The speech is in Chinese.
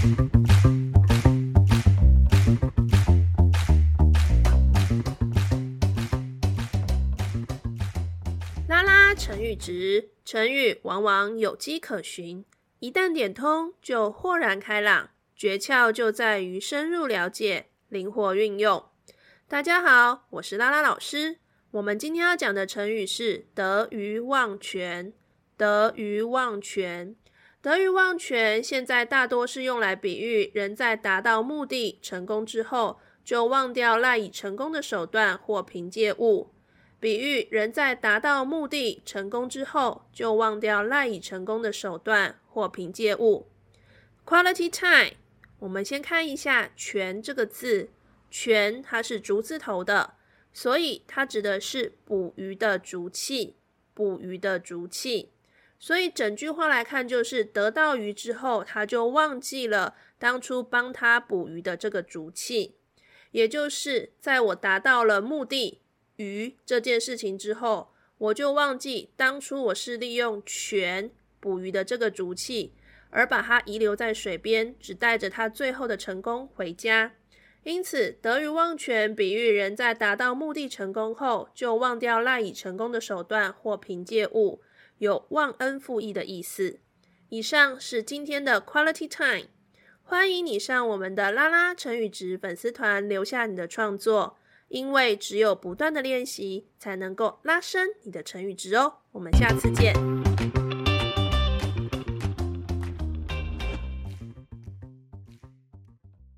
拉拉成语质，成语往往有迹可循，一旦点通就豁然开朗，诀窍就在于深入了解，灵活运用。大家好，我是拉拉老师。我们今天要讲的成语是得鱼忘全。得鱼忘全，得鱼忘全现在大多是用来比喻人在达到目的成功之后，就忘掉赖以成功的手段或凭借物。比喻人在达到目的成功之后，就忘掉赖以成功的手段或凭借物。Quality time， 我们先看一下全这个字，全它是竹字头的，所以它指的是捕鱼的竹器，捕鱼的竹器。所以整句话来看，就是得到鱼之后，他就忘记了当初帮他捕鱼的这个竹器，也就是在我达到了目的鱼这件事情之后，我就忘记当初我是利用全捕鱼的这个竹器，而把它遗留在水边，只带着它最后的成功回家。因此得鱼忘全比喻人在达到目的成功后，就忘掉赖以成功的手段或凭借物，有忘恩负义的意思。以上是今天的 Quality Time， 欢迎你上我们的拉拉成语质粉丝团留下你的创作，因为只有不断的练习才能够拉升你的成语质哦。我们下次见。